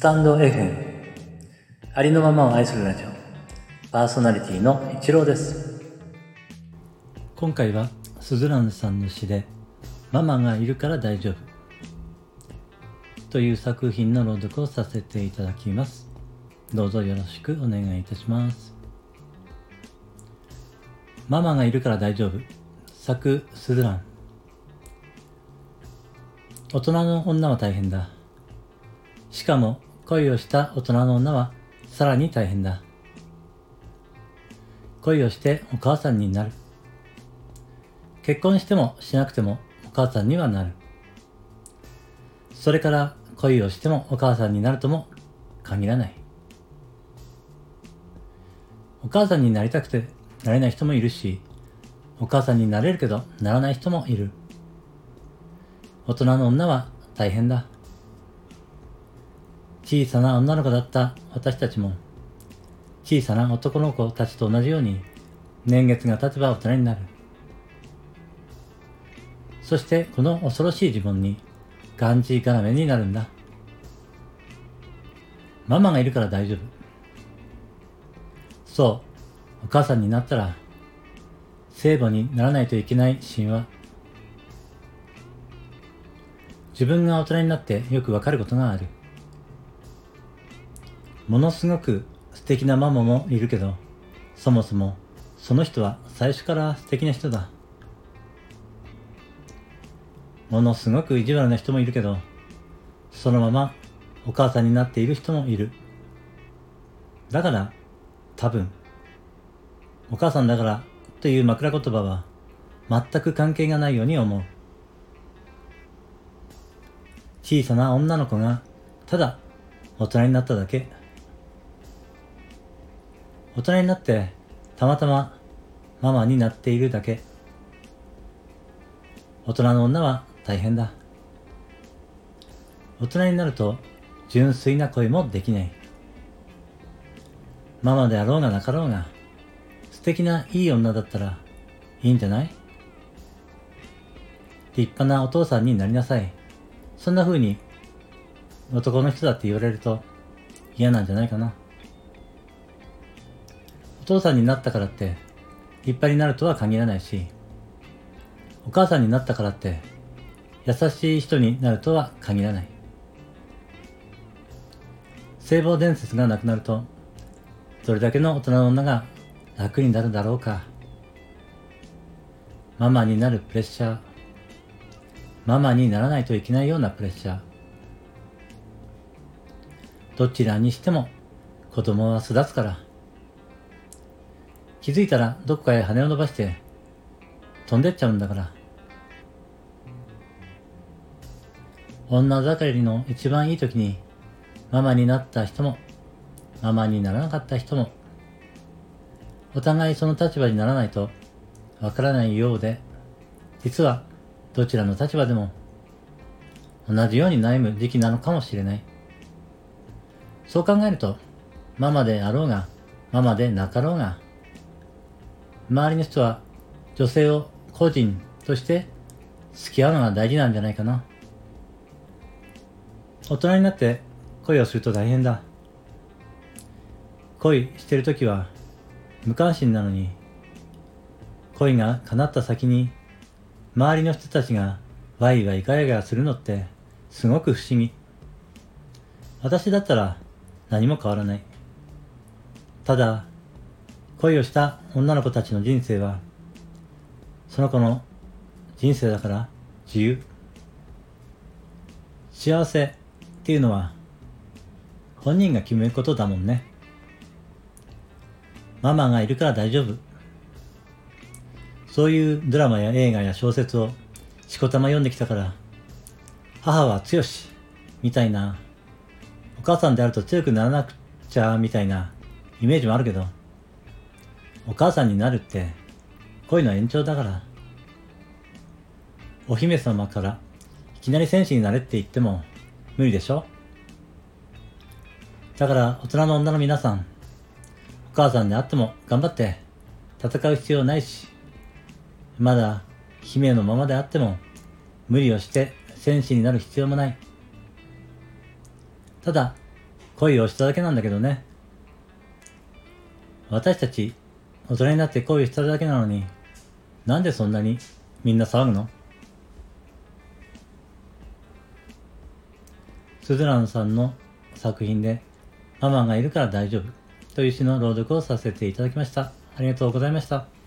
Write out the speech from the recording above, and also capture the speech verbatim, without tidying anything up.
タンド エフエム ありのままを愛するラジオ、パーソナリティの一郎です。今回はスズランさんの詩でママがいるから大丈夫という作品の朗読をさせていただきます。どうぞよろしくお願いいたします。ママがいるから大丈夫、作スズラン。大人の女は大変だ。しかも恋をした大人の女はさらに大変だ。恋をしてお母さんになる。結婚してもしなくてもお母さんにはなる。それから恋をしてもお母さんになるとも限らない。お母さんになりたくてなれない人もいるし、お母さんになれるけどならない人もいる。大人の女は大変だ。小さな女の子だった私たちも小さな男の子たちと同じように年月が経てば大人になる。そしてこの恐ろしい自分にがんじがらめになるんだ。ママがいるから大丈夫。そう、お母さんになったら聖母にならないといけない神話。自分が大人になってよくわかることがある。ものすごく素敵なママもいるけど、そもそもその人は最初から素敵な人だ。ものすごく意地悪な人もいるけど、そのままお母さんになっている人もいる。だから多分お母さんだからという枕言葉は全く関係がないように思う。小さな女の子がただ大人になっただけ。大人になってたまたまママになっているだけ。大人の女は大変だ。大人になると純粋な恋もできない。ママであろうがなかろうが素敵ないい女だったらいいんじゃない？立派なお父さんになりなさい。そんな風に男の人だって言われると嫌なんじゃないかな。お父さんになったからって立派になるとは限らないし、お母さんになったからって優しい人になるとは限らない。聖母伝説がなくなるとどれだけの大人の女が楽になるだろうか。ママになるプレッシャー、ママにならないといけないようなプレッシャー。どちらにしても子供は巣立つから。気づいたらどこかへ羽を伸ばして飛んでっちゃうんだから。女盛りの一番いい時にママになった人もママにならなかった人もお互いその立場にならないとわからないようで、実はどちらの立場でも同じように悩む時期なのかもしれない。そう考えるとママであろうがママでなかろうが、周りの人は女性を個人として付き合うのが大事なんじゃないかな。大人になって恋をすると大変だ。恋してるときは無関心なのに、恋が叶った先に周りの人たちがワイワイガヤガヤするのってすごく不思議。私だったら何も変わらない。ただ恋をした女の子たちの人生はその子の人生だから自由。幸せっていうのは本人が決めることだもんね。ママがいるから大丈夫。そういうドラマや映画や小説をしこたま読んできたから、母は強しみたいな、お母さんであると強くならなくちゃみたいなイメージもあるけど、お母さんになるって恋の延長だから。お姫様からいきなり戦士になれって言っても無理でしょ。だから大人の女の皆さん、お母さんであっても頑張って戦う必要ないし、まだ姫のままであっても無理をして戦士になる必要もない。ただ恋をしただけなんだけどね。私たち、大人になって恋をしただけなのに、なんでそんなにみんな騒ぐの？スズランさんの作品で、ママがいるから大丈夫という詩の朗読をさせていただきました。ありがとうございました。